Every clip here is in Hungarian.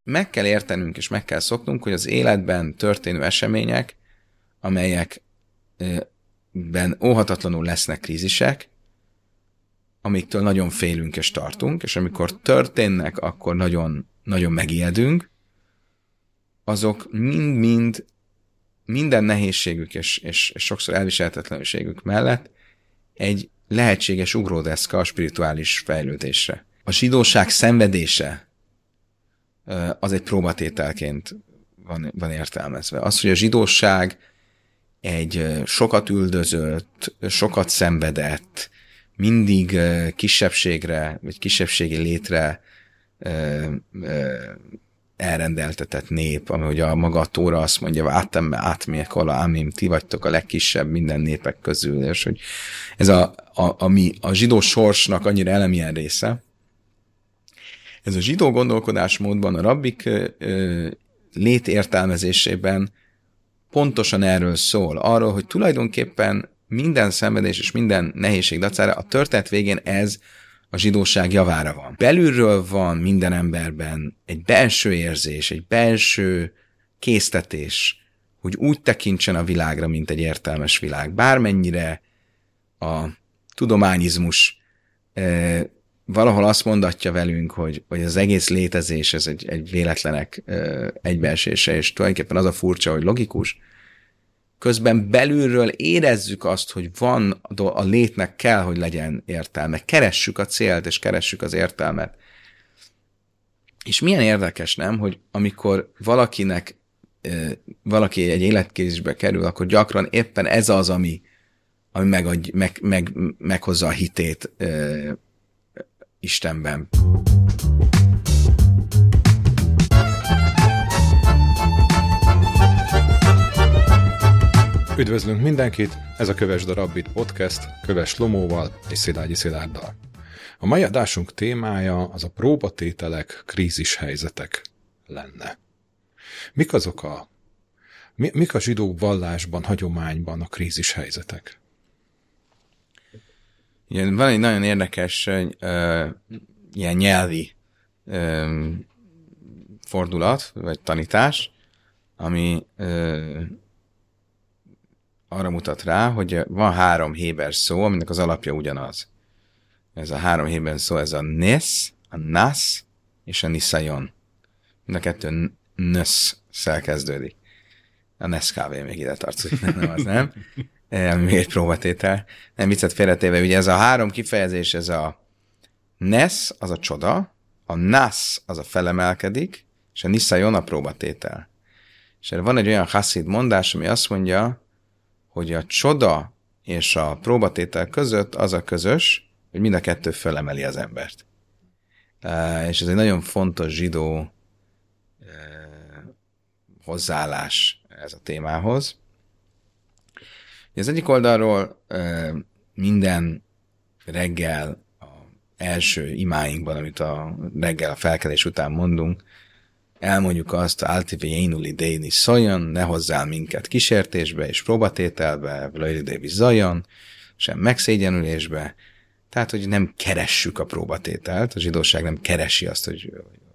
meg kell értenünk és meg kell szoknunk, hogy az életben történő események, amelyekben óhatatlanul lesznek krízisek, amiktől nagyon félünk és tartunk, és amikor történnek, akkor nagyon, nagyon megijedünk, azok mind-mind minden nehézségük és sokszor elviselhetetlenségük mellett egy lehetséges ugródeszka a spirituális fejlődésre. A zsidóság szenvedése az egy próbatételként van értelmezve. Az, hogy a zsidóság egy sokat üldözött, sokat szenvedett, mindig kisebbségre, vagy kisebbségi létre elrendeltetett nép, ami ugye a maga a Tóra azt mondja, átmiek ala ámim, ti vagytok a legkisebb minden népek közül, és hogy ez ami a zsidó sorsnak annyira elemilyen része. Ez a zsidó gondolkodásmódban, a rabbik létértelmezésében pontosan erről szól, arról, hogy tulajdonképpen minden szenvedés és minden nehézség dacára a történet végén ez a zsidóság javára van. Belülről van minden emberben egy belső érzés, egy belső késztetés, hogy úgy tekintsen a világra, mint egy értelmes világ. Bármennyire a tudományizmus valahol azt mondatja velünk, hogy az egész létezés ez egy véletlenek egybeesése, és tulajdonképpen az a furcsa, hogy logikus, közben belülről érezzük azt, hogy van a létnek kell, hogy legyen értelme. Keressük a célt, és keressük az értelmet. És milyen érdekes, nem, hogy amikor valaki egy életkrízisbe kerül, akkor gyakran éppen ez az, ami meghozza a hitét Istenben. Üdvözlünk mindenkit, ez a Kövesd a Rabbit podcast, Köves Lomóval és Szilágyi Szilárddal. A mai adásunk témája az a próbatételek, krízishelyzetek lenne. Mik a zsidó vallásban, hagyományban a krízishelyzetek? Igen, van egy nagyon érdekes ilyen nyelvi fordulat, vagy tanítás, ami arra mutat rá, hogy van 3 héber szó, aminek az alapja ugyanaz. Ez a 3 héber szó, ez a nes, a nas és a nisayon. Mind a 2 nösz-szel kezdődik. A Nescafé még ide tartozik, nem az, nem? Ami még egy próbatétel. Nem viccet félretéve, ugye ez a 3 kifejezés, ez a nes, az a csoda, a nas, az a felemelkedik, és a nisayon a próbatétel. És erre van egy olyan hasszid mondás, ami azt mondja, hogy a csoda és a próbatétel között az a közös, hogy mind a 2 felemeli az embert. És ez egy nagyon fontos zsidó hozzáállás ez a témához. Az egyik oldalról minden reggel az első imáinkban, amit a reggel a felkelés után mondunk, elmondjuk azt, Altive Jénuli Déni szóljon, ne hozzál minket kísértésbe és próbatételbe, Vlajridévi zajon, sem megszégyenülésbe. Tehát, hogy nem keressük a próbatételt, a zsidóság nem keresi azt, hogy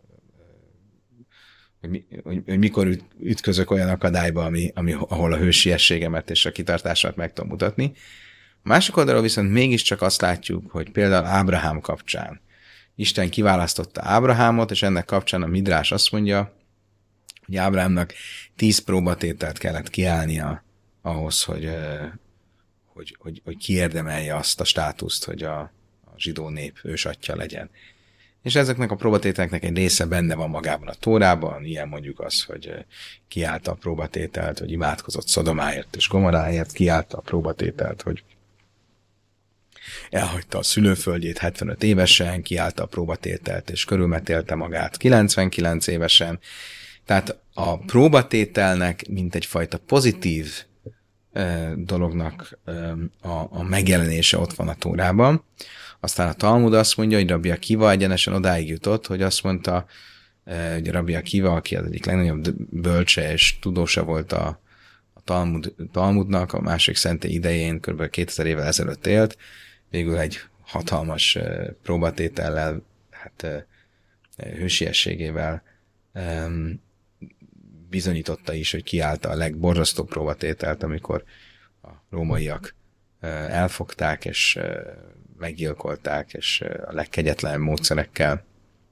mikor ütközök olyan akadályba, ahol a hősiességemet és a kitartásomat meg tudom mutatni. A másik oldalról viszont mégiscsak azt látjuk, hogy például Ábrahám kapcsán Isten kiválasztotta Ábrahámot, és ennek kapcsán a Midrás azt mondja, hogy Ábrahámnak 10 próbatételt kellett kiállnia ahhoz, hogy kiérdemelje azt a státuszt, hogy a zsidó nép ősatja legyen. És ezeknek a próbatételeknek egy része benne van magában a Tórában, ilyen mondjuk az, hogy kiállta a próbatételt, hogy imádkozott Szodomáért és Gomoráért, kiállta a próbatételt, hogy elhagyta a szülőföldjét 75 évesen, kiállta a próbatételt, és körülmetélte magát 99 évesen. Tehát a próbatételnek, mint egyfajta pozitív dolognak a megjelenése ott van a Tórában. Aztán a Talmud azt mondja, hogy Rabbi Akiva egyenesen odáig jutott, hogy azt mondta, hogy Rabbi Akiva, aki az egyik legnagyobb bölcse és tudósa volt a Talmudnak, a második szentély idején, kb. 2000 évvel ezelőtt élt, végül egy hatalmas próbatétellel, hősiességével bizonyította is, hogy kiállta a legborzasztóbb próbatételt, amikor a rómaiak elfogták, és meggyilkolták, és a legkegyetlenebb módszerekkel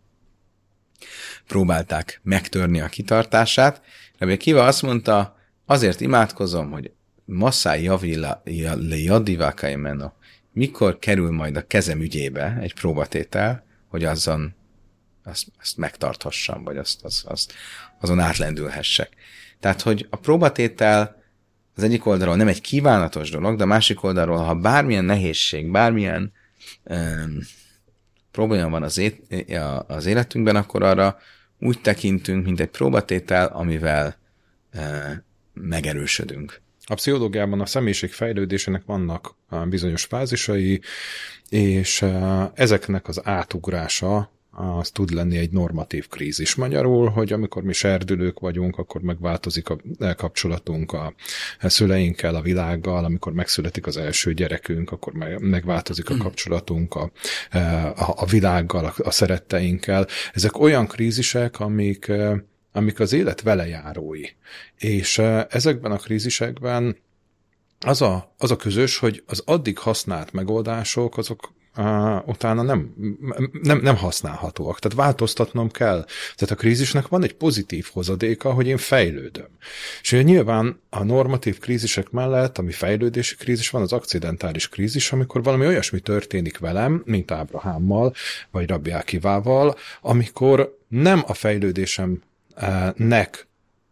próbálták megtörni a kitartását. Rabbi Akiva azt mondta, azért imádkozom, hogy masszái jadivákai menno, mikor kerül majd a kezem ügyébe egy próbatétel, hogy azt megtarthassam, vagy azon átlendülhessek. Tehát, hogy a próbatétel az egyik oldalról nem egy kívánatos dolog, de a másik oldalról, ha bármilyen nehézség, bármilyen probléma van az életünkben, akkor arra úgy tekintünk, mint egy próbatétel, amivel megerősödünk. A pszichológiában a személyiség fejlődésének vannak bizonyos fázisai, és ezeknek az átugrása az tud lenni egy normatív krízis. Magyarul, hogy amikor mi serdülők vagyunk, akkor megváltozik a kapcsolatunk a szüleinkkel, a világgal, amikor megszületik az első gyerekünk, akkor megváltozik a kapcsolatunk a világgal, a szeretteinkkel. Ezek olyan krízisek, amik az élet velejárói. És ezekben a krízisekben az a közös, hogy az addig használt megoldások, azok utána nem használhatóak. Tehát változtatnom kell. Tehát a krízisnek van egy pozitív hozadéka, hogy én fejlődöm. És nyilván a normatív krízisek mellett, ami fejlődési krízis, van az akcidentális krízis, amikor valami olyasmi történik velem, mint Ábrahámmal, vagy Rabbi Akivával, amikor nem a fejlődésemnek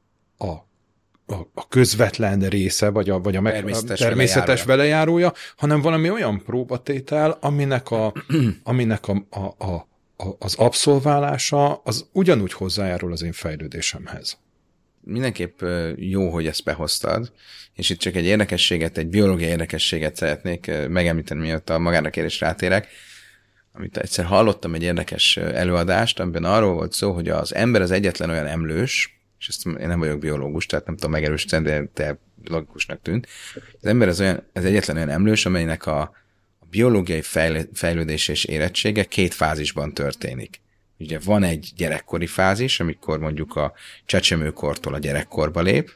a közvetlen része, vagy a természetes velejárója, hanem valami olyan próbatétel, aminek az abszolválása az ugyanúgy hozzájárul az én fejlődésemhez. Mindenképp jó, hogy ezt behoztad, és itt csak egy érdekességet, egy biológiai érdekességet szeretnék megemlíteni, miatt a magára kérésre rátérek, amit egyszer hallottam egy érdekes előadást, amiben arról volt szó, hogy az ember az egyetlen olyan emlős, és ezt én nem vagyok biológus, tehát nem tudom megerősíteni, de logikusnak tűnt. Az ember az egyetlen olyan emlős, amelynek a biológiai fejlődés és érettsége 2 fázisban történik. Ugye van egy gyerekkori fázis, amikor mondjuk a csecsemőkortól a gyerekkorba lép,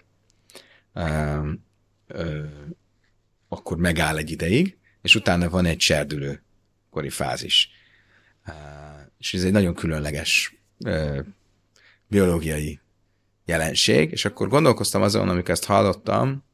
akkor megáll egy ideig, és utána van egy serdülőkori fázis. És ez egy nagyon különleges biológiai jelenség, és akkor gondolkoztam azon, amikor ezt hallottam,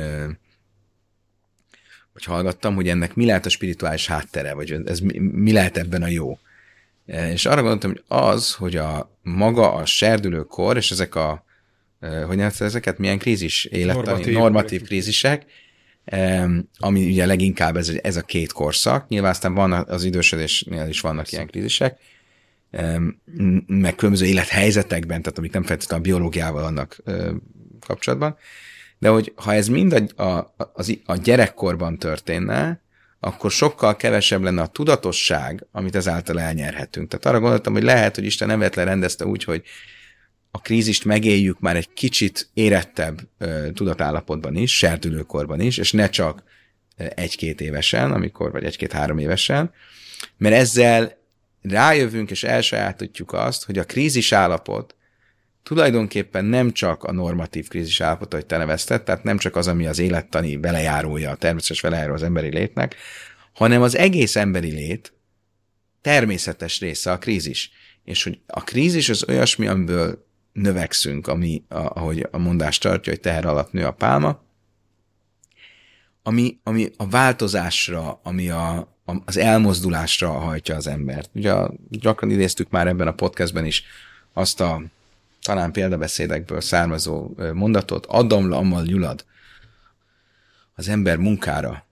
vagy hallgattam, hogy ennek mi lehet a spirituális háttere, vagy ez mi lehet ebben a jó. És arra gondoltam, hogy hogy maga a serdülőkor, és ezek hogy nevezted ezeket, milyen krízis? Normatív krízisek, ami ugye leginkább ez a 2 korszak. Nyilván aztán van az idősödésnél is vannak ilyen krízisek, meg különböző élethelyzetekben, tehát amik nem feltétlenül a biológiával vannak kapcsolatban, de hogy ha ez mind a gyerekkorban történne, akkor sokkal kevesebb lenne a tudatosság, amit ezáltal elnyerhetünk. Tehát arra gondoltam, hogy lehet, hogy Isten nem véletlen rendezte úgy, hogy a krízist megéljük már egy kicsit érettebb tudatállapotban is, serdülőkorban is, és ne csak 1-2 évesen, vagy 1-2-3 évesen, mert ezzel rájövünk és elsajátítjuk azt, hogy a krízis állapot tulajdonképpen nem csak a normatív krízis állapot, ahogy te nevezted, tehát nem csak az, ami az élettani velejárója, a természetes velejárója az emberi létnek, hanem az egész emberi lét természetes része a krízis. És hogy a krízis az olyasmi, amiből növekszünk, ahogy a mondás tartja, hogy teher alatt nő a pálma, ami a változásra, ami az elmozdulásra hajtja az embert. Ugye gyakran idéztük már ebben a podcastben is azt a talán példabeszédekből származó mondatot, Adam lammal gyulad, az ember munkára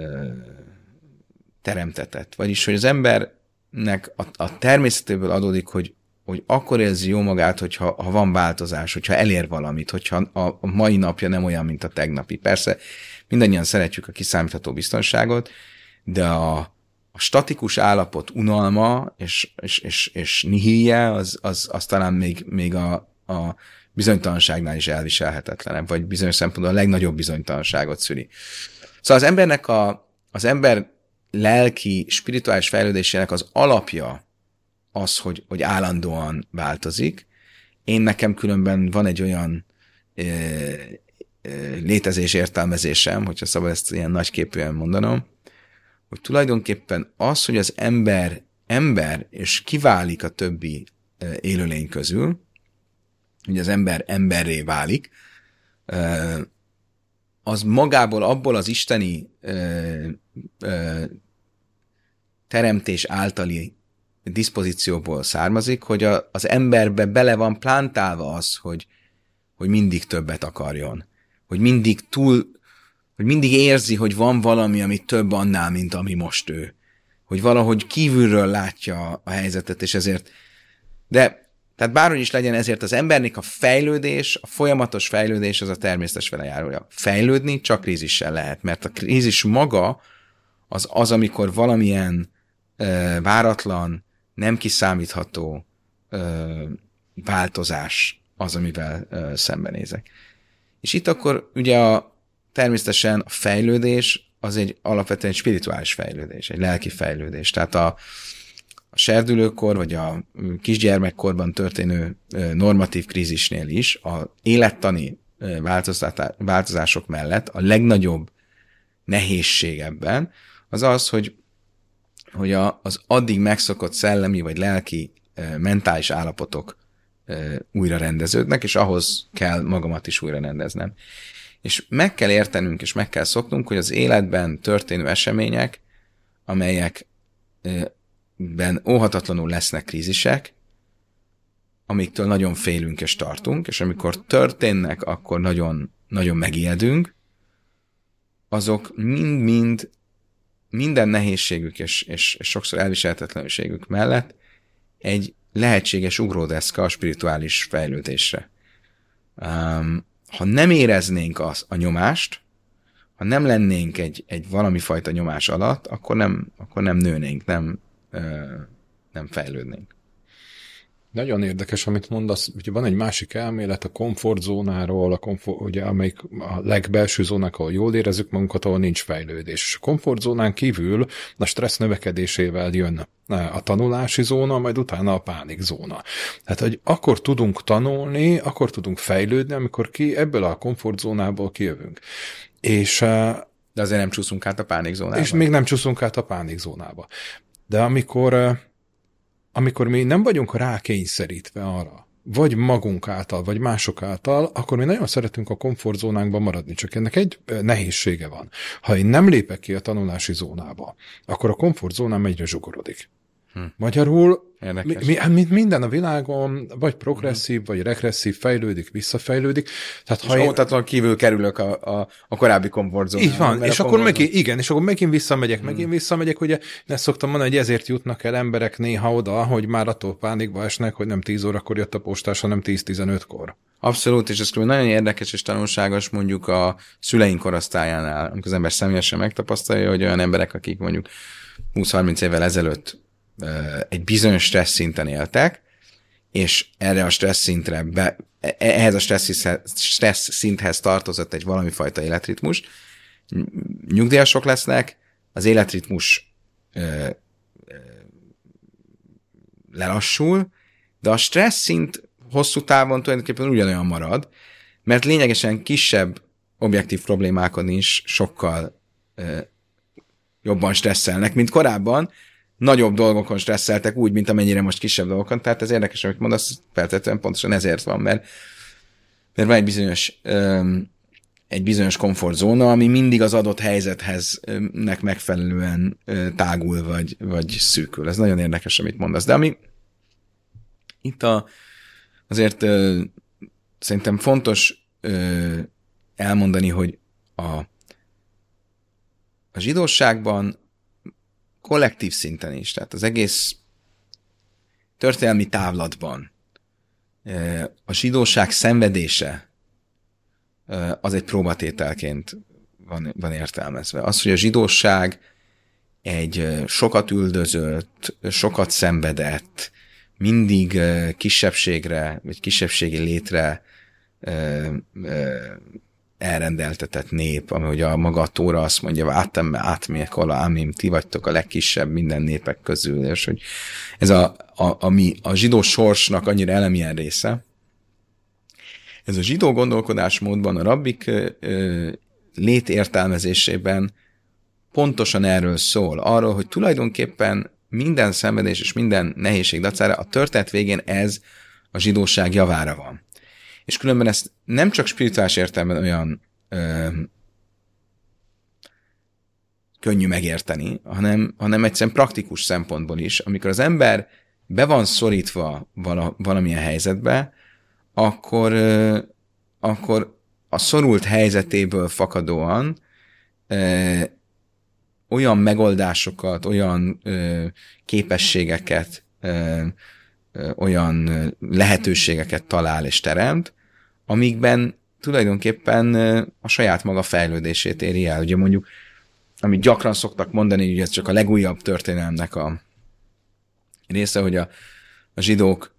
teremtetett. Vagyis, hogy az embernek a természetéből adódik, hogy akkor érzi jó magát, hogyha van változás, hogyha elér valamit, hogyha a mai napja nem olyan, mint a tegnapi. Persze mindannyian szeretjük a kiszámítható biztonságot, de a statikus állapot unalma és nihilje, az talán még a bizonytalanságnál is elviselhetetlenebb, vagy bizonyos szempontból a legnagyobb bizonytalanságot szüli. Szóval az ember lelki, spirituális fejlődésének az alapja az, hogy állandóan változik, Én nekem különben van egy olyan létezés értelmezésem, hogyha szabad ezt ilyen nagyképűen mondanom, hogy tulajdonképpen az, hogy az ember és kiválik a többi élőlény közül, hogy az ember emberré válik, az magából abból az isteni teremtés általi diszpozícióból származik, hogy az emberbe bele van plántálva az, hogy mindig többet akarjon. Hogy mindig érzi, hogy van valami, ami több annál, mint ami most ő. Hogy valahogy kívülről látja a helyzetet, és ezért... Tehát bárhogy is legyen, ezért az embernek a fejlődés, a folyamatos fejlődés az a természetes velejárója. Fejlődni csak krízissel lehet, mert a krízis maga az amikor valamilyen váratlan, nem kiszámítható változás az, amivel szembenézek. És itt akkor ugye természetesen a fejlődés az egy alapvetően egy spirituális fejlődés, egy lelki fejlődés. Tehát a serdülőkor, vagy a kisgyermekkorban történő normatív krízisnél is a élettani változások mellett a legnagyobb nehézség ebben az az, hogy az addig megszokott szellemi vagy lelki mentális állapotok újra rendeződnek, és ahhoz kell magamat is újra rendeznem. És meg kell értenünk, és meg kell szoknunk, hogy az életben történő események, amelyekben óhatatlanul lesznek krízisek, amiktől nagyon félünk és tartunk, és amikor történnek, akkor nagyon, nagyon megijedünk, azok mind-mind minden nehézségük és sokszor elviselhetetlenségük mellett egy lehetséges ugródeszka a spirituális fejlődésre. Ha nem éreznénk a nyomást, ha nem lennénk egy valami fajta nyomás alatt, akkor nem nőnénk, nem fejlődnénk. Nagyon érdekes, amit mondasz. Ugye van egy másik elmélet a komfortzónáról, ugye, amelyik a legbelső zónák, ahol jól érezzük magunkat, ahol nincs fejlődés. És a komfortzónán kívül a stressz növekedésével jön a tanulási zóna, majd utána a pánikzóna. Tehát, hogy akkor tudunk tanulni, akkor tudunk fejlődni, amikor ebből a komfortzónából kijövünk. De azért nem csúszunk át a pánikzónába. És még nem csúszunk át a pánikzónába. De amikor mi nem vagyunk rákényszerítve arra, vagy magunk által, vagy mások által, akkor mi nagyon szeretünk a komfortzónánkban maradni. Csak ennek egy nehézsége van. Ha én nem lépek ki a tanulási zónába, akkor a komfortzónám egyre zsugorodik. Magyarul minden a világon vagy progresszív, vagy regresszív fejlődik, visszafejlődik. Tehát, és óvatatlanul kívül kerülök a korábbi komfortzónába. Így van, és akkor megint visszamegyek, ugye ezt szoktam mondani, hogy ezért jutnak el emberek néha oda, hogy már attól pánikba esnek, hogy nem 10 órakor jött a postás, hanem 10-15-kor. Abszolút, és ez nagyon érdekes és tanulságos mondjuk a szüleink korosztályánál, amikor az ember személyesen megtapasztalja, hogy olyan emberek, akik mondjuk 20-30 évvel ezelőtt egy bizonyos stressz szinten éltek, és erre a stressz szintre ehhez a stressz szinthez tartozott egy valami fajta életritmus. Nyugdíjasok lesznek, az életritmus lelassul, de a stressz szint hosszú távon tulajdonképpen ugyanolyan marad, mert lényegesen kisebb objektív problémákon is sokkal jobban stresszelnek, mint korábban, nagyobb dolgokon stresszeltek úgy, mint amennyire most kisebb dolgokon. Tehát ez érdekes, amit mondasz, feltétlenül pontosan ezért van, mert van egy bizonyos komfortzóna, ami mindig az adott helyzethez megfelelően tágul, vagy szűkül. Ez nagyon érdekes, amit mondasz. De ami itt azért szerintem fontos elmondani, hogy a zsidóságban kollektív szinten is, tehát az egész történelmi távlatban a zsidóság szenvedése az egy próbatételként van értelmezve. Az, hogy a zsidóság egy sokat üldözött, sokat szenvedett, mindig kisebbségre, vagy kisebbségi létre elrendeltetett nép, ami ugye a maga a Tóra azt mondja, átmiek ola, amim, ti vagytok a legkisebb minden népek közül, és hogy ez ami a zsidó sorsnak annyira elemilyen része, Ez a zsidó gondolkodásmódban, a rabbik létértelmezésében pontosan erről szól. Arról, hogy tulajdonképpen minden szenvedés és minden nehézség dacára a történet végén ez a zsidóság javára van. És különben ezt nem csak spirituális értelemben olyan könnyű megérteni, hanem egyszerűen praktikus szempontból is. Amikor az ember be van szorítva valamilyen helyzetbe, akkor a szorult helyzetéből fakadóan olyan megoldásokat, olyan képességeket, olyan lehetőségeket talál és teremt, amikben tulajdonképpen a saját maga fejlődését éri el. Ugye mondjuk, amit gyakran szoktak mondani, hogy ez csak a legújabb történelemnek a része, hogy a zsidók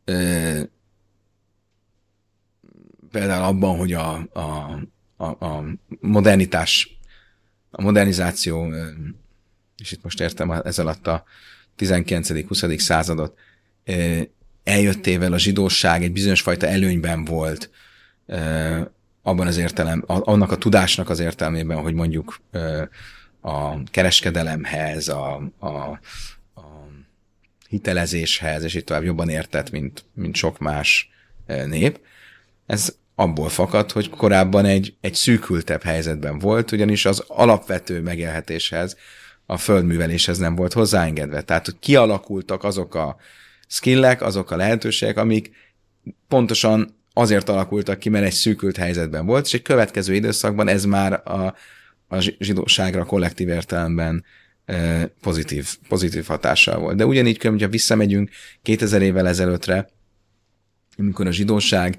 például abban, hogy a modernitás, a modernizáció, és itt most értem ez alatt a 19.-20. századot, eljöttével a zsidóság egy bizonyos fajta előnyben volt abban az annak a tudásnak az értelmében, hogy mondjuk a kereskedelemhez, a hitelezéshez, és itt tovább jobban értett, mint sok más nép. Ez abból fakad, hogy korábban egy szűkültebb helyzetben volt, ugyanis az alapvető megélhetéshez, a földműveléshez nem volt hozzáengedve. Tehát, hogy kialakultak azok a skillek, azok a lehetőségek, amik pontosan azért alakultak ki, mert egy szűkült helyzetben volt, és egy következő időszakban ez már a zsidóságra kollektív értelemben pozitív hatással volt. De ugyanígy, hogyha visszamegyünk 2000 évvel ezelőttre, amikor a zsidóság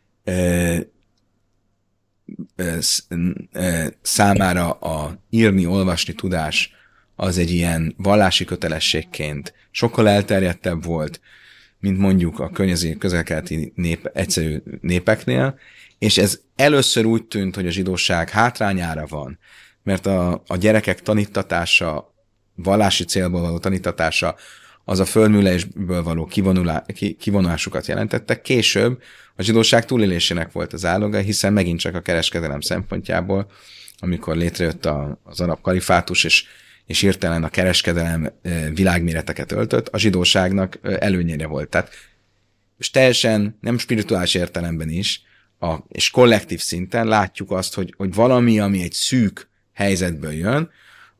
számára a írni, olvasni tudás az egy ilyen vallási kötelességként sokkal elterjedtebb volt, mint mondjuk a környező közel-keleti egyszerű népeknél, és ez először úgy tűnt, hogy a zsidóság hátrányára van, mert a gyerekek tanítatása, vallási célból való tanítatása, az a földművelésből való kivonulásukat jelentette. Később a zsidóság túlélésének volt az áloga, hiszen megint csak a kereskedelem szempontjából, amikor létrejött az arab kalifátus, és hirtelen a kereskedelem világméreteket öltött, a zsidóságnak előnyére volt. Tehát és teljesen nem spirituális értelemben is, és kollektív szinten látjuk azt, hogy valami, ami egy szűk helyzetből jön,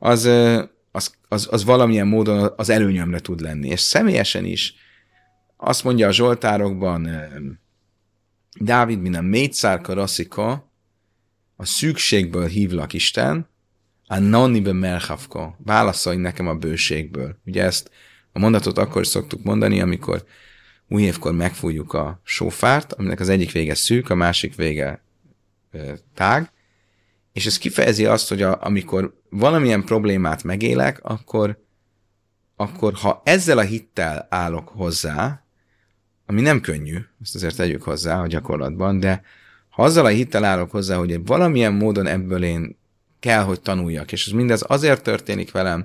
az valamilyen módon az előnyömre tud lenni. És személyesen is azt mondja a Zsoltárokban Dávid, mint a mégyszárka rasszika, a szűkségből hívlak Isten, a nanibe merhavka, válaszolj nekem a bőségből. Ugye ezt a mondatot akkor is szoktuk mondani, amikor új évkor megfújjuk a sófárt, aminek az egyik vége szűk, a másik vége tág, és ez kifejezi azt, hogy amikor valamilyen problémát megélek, akkor ha ezzel a hittel állok hozzá, ami nem könnyű, ezt azért tegyük hozzá a gyakorlatban, de ha azzal a hittel állok hozzá, hogy valamilyen módon ebből én kell, hogy tanuljak, és ez mindez azért történik velem,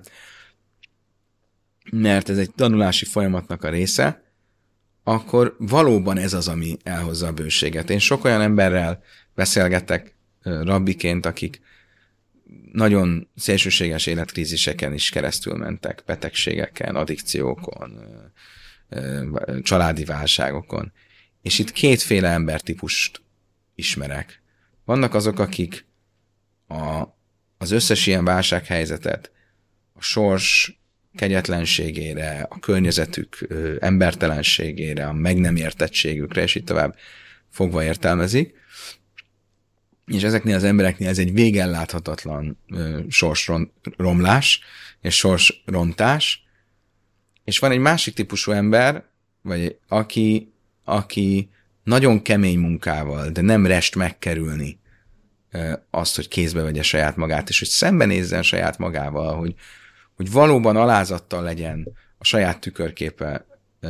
mert ez egy tanulási folyamatnak a része, akkor valóban ez az, ami elhozza a bőséget. Én sok olyan emberrel beszélgetek rabbiként, akik nagyon szélsőséges életkríziseken is keresztül mentek, betegségeken, addikciókon, családi válságokon. És itt kétféle embertípust ismerek. Vannak azok, akik az összes ilyen válsághelyzetet a sors kegyetlenségére, a környezetük embertelenségére, a meg nem értettségükre, és így tovább fogva értelmezik. És ezeknél az embereknél ez egy végelláthatatlan sorsromlás és sorsrontás. És van egy másik típusú ember, vagy aki nagyon kemény munkával, de nem rest megkerülni azt, hogy kézbe vegye saját magát, és hogy szembenézzen saját magával, hogy valóban alázattal legyen a saját tükörképe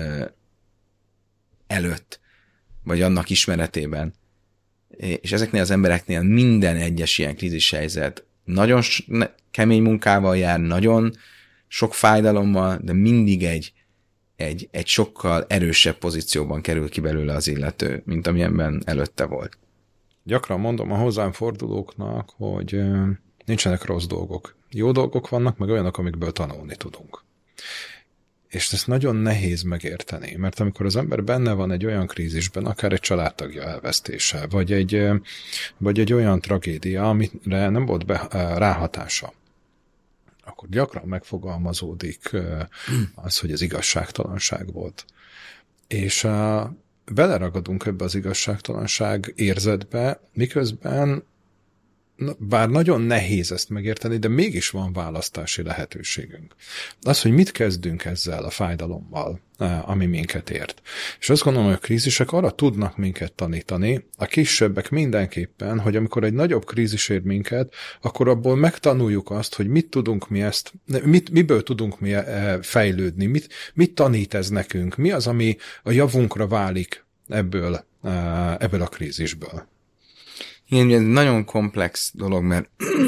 előtt, vagy annak ismeretében. És ezeknél az embereknél minden egyes ilyen krízishelyzet nagyon kemény munkával jár, nagyon sok fájdalommal, de mindig egy sokkal erősebb pozícióban kerül ki belőle az illető, mint amilyenben előtte volt. Gyakran mondom a hozzám fordulóknak, hogy nincsenek rossz dolgok. Jó dolgok vannak, meg olyanok, amikből tanulni tudunk. És ezt nagyon nehéz megérteni, mert amikor az ember benne van egy olyan krízisben, akár egy családtagja elvesztése, vagy egy olyan tragédia, amire nem volt ráhatása, akkor gyakran megfogalmazódik az, hogy ez igazságtalanság volt. És beleragadunk ebbe az igazságtalanság érzetbe, miközben bár nagyon nehéz ezt megérteni, de mégis van választási lehetőségünk. Az, hogy mit kezdünk ezzel a fájdalommal, ami minket ért. És azt gondolom, hogy a krízisek arra tudnak minket tanítani, a kisebbek mindenképpen, hogy amikor egy nagyobb krízis ér minket, akkor abból megtanuljuk azt, hogy miből tudunk mi fejlődni, mit tanít ez nekünk, mi az, ami a javunkra válik ebből a krízisből. Igen, ugye nagyon komplex dolog, mert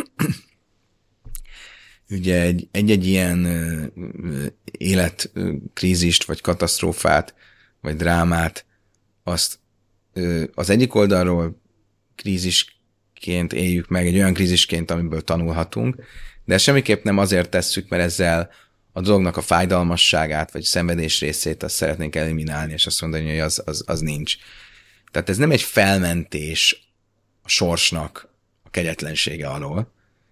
ugye egy ilyen életkrízist, vagy katasztrófát, vagy drámát, azt az egyik oldalról krízisként éljük meg, egy olyan krízisként, amiből tanulhatunk, de semmiképp nem azért tesszük, mert ezzel a dolognak a fájdalmasságát, vagy szenvedés részét azt szeretnénk eliminálni, és azt mondani, hogy az nincs. Tehát ez nem egy felmentés a sorsnak a kegyetlensége alól,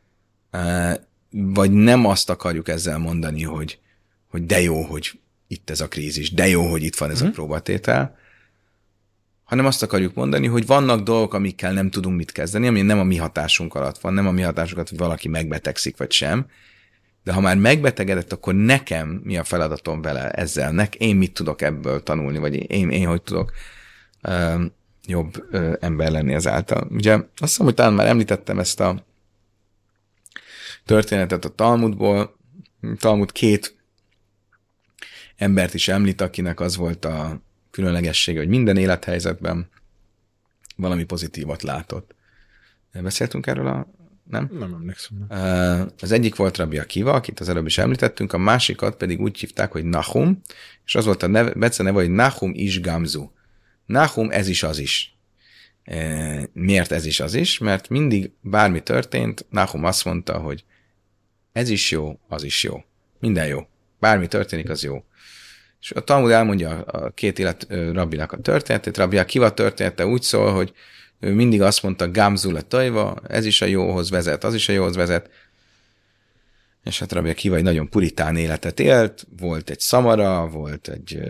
vagy nem azt akarjuk ezzel mondani, hogy de jó, hogy itt ez a krízis, de jó, hogy itt van ez a próbatétel, hanem azt akarjuk mondani, hogy vannak dolgok, amikkel nem tudunk mit kezdeni, ami nem a mi hatásunk alatt van, nem a mi hatásunkat, hogy valaki megbetegszik, vagy sem, de ha már megbetegedett, akkor nekem mi a feladatom vele ezzel, én mit tudok ebből tanulni, vagy én hogy tudok jobb ember lenni ezáltal. Ugye azt hiszem, hogy talán már említettem ezt a történetet a Talmudból. Talmud 2 embert is említ, akinek az volt a különlegessége, hogy minden élethelyzetben valami pozitívat látott. Beszéltünk erről nem? Nem emlékszem. Az egyik volt Rabbi Akiva, akit az előbb is említettünk, a másikat pedig úgy hívták, hogy Nahum, és az volt a bece neve, hogy Nahum is Gamzu. Nahum, ez is az is. Miért ez is az is? Mert mindig bármi történt, Nahum azt mondta, hogy ez is jó, az is jó. Minden jó. Bármi történik, az jó. És a Talmud elmondja a 2 rabbinak a történetét. Rabbi Akiva története úgy szól, hogy ő mindig azt mondta, Gamzul a tajva, ez is a jóhoz vezet, az is a jóhoz vezet. És hát Rabbi Akiva egy nagyon puritán életet élt, volt egy szamara, volt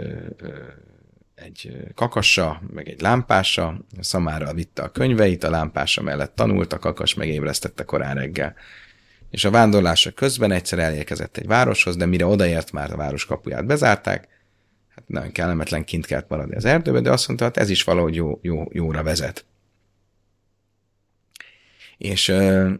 egy kakassa, meg egy lámpása, a szamára vitte a könyveit, a lámpása mellett tanult, a kakas megébresztette korán reggel. És a vándorlása közben egyszer elérkezett egy városhoz, de mire odaért, már a város kapuját bezárták, hát nagyon kellemetlen kint kellett maradni az erdőbe, de azt mondta, hát ez is valahogy jóra vezet. És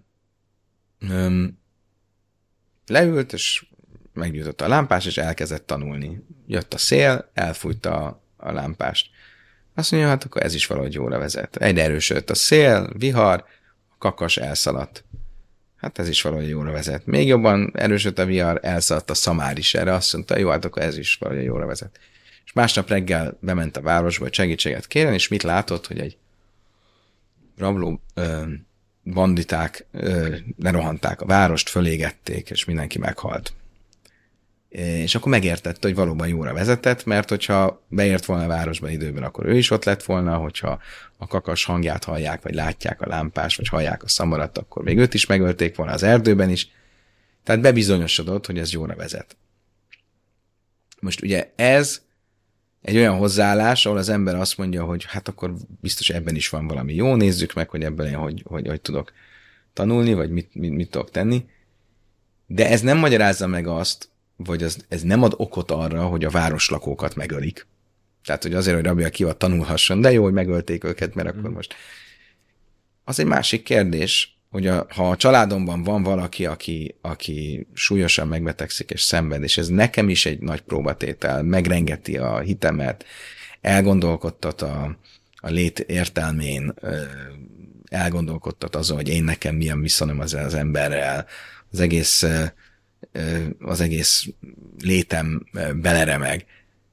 leült, és meggyújtotta a lámpást, és elkezdett tanulni. Jött a szél, elfújta a lámpást. Azt mondja, hát akkor ez is valahogy jóra vezet. Egyre erősödött a szél, vihar, a kakas elszaladt. Hát ez is valahogy jóra vezet. Még jobban erősödött a vihar, elszaladt a szamár is erre. Azt mondta, jó, hát akkor ez is valahogy jóra vezet. És másnap reggel bement a városba, hogy segítséget kérjen, és mit látott, hogy egy rabló banditák lerohanták a várost, fölégették, és mindenki meghalt. És akkor megértette, hogy valóban jóra vezetett, mert hogyha beért volna a városban időben, akkor ő is ott lett volna, hogyha a kakas hangját hallják, vagy látják a lámpás, vagy hallják a szamarat, akkor még őt is megölték volna az erdőben is. Tehát bebizonyosodott, hogy ez jóra vezet. Most ugye ez egy olyan hozzáállás, ahol az ember azt mondja, hogy hát akkor biztos ebben is van valami jó, nézzük meg, hogy ebben én hogy tudok tanulni, vagy mit tudok tenni. De ez nem magyarázza meg azt, vagy ez nem ad okot arra, hogy a városlakókat megölik. Tehát, hogy azért, hogy Rabbi Akiva tanulhasson, de jó, hogy megölték őket, mert akkor most... Az egy másik kérdés, hogy ha a családomban van valaki, aki súlyosan megbetegszik és szenved, és ez nekem is egy nagy próbatétel, megrengeti a hitemet, elgondolkodtat a lét értelmén, elgondolkodtat azon, hogy én nekem milyen viszonyom az emberrel, az egész létem beleremeg.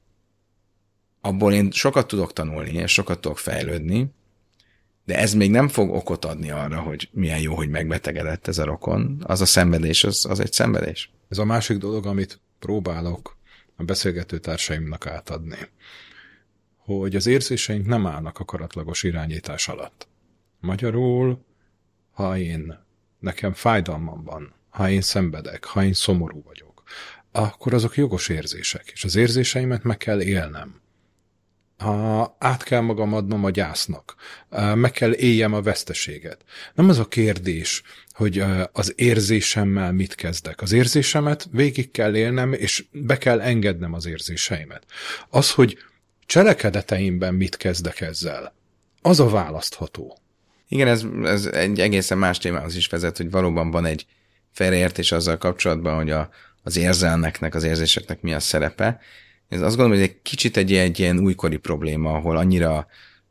abból én sokat tudok tanulni, és sokat tudok fejlődni, de ez még nem fog okot adni arra, hogy milyen jó, hogy megbetegedett ez a rokon. Az a szenvedés, az egy szenvedés. Ez a másik dolog, amit próbálok a beszélgető társaimnak átadni, hogy az érzéseink nem állnak akaratlagos irányítás alatt. Magyarul, ha nekem fájdalmam van, ha én szenvedek, ha én szomorú vagyok, akkor azok jogos érzések, és az érzéseimet meg kell élnem. Át kell magam adnom a gyásznak, meg kell éljem a veszteséget. Nem az a kérdés, hogy az érzésemmel mit kezdek. Az érzésemet végig kell élnem, és be kell engednem az érzéseimet. Az, hogy cselekedeteimben mit kezdek ezzel, az a választható. Igen, ez egy egészen más témához is vezet, hogy valóban van egy félreértés azzal kapcsolatban, hogy az érzelmeknek, az érzéseknek mi a szerepe. Ez azt gondolom, hogy egy kicsit egy ilyen újkori probléma, ahol annyira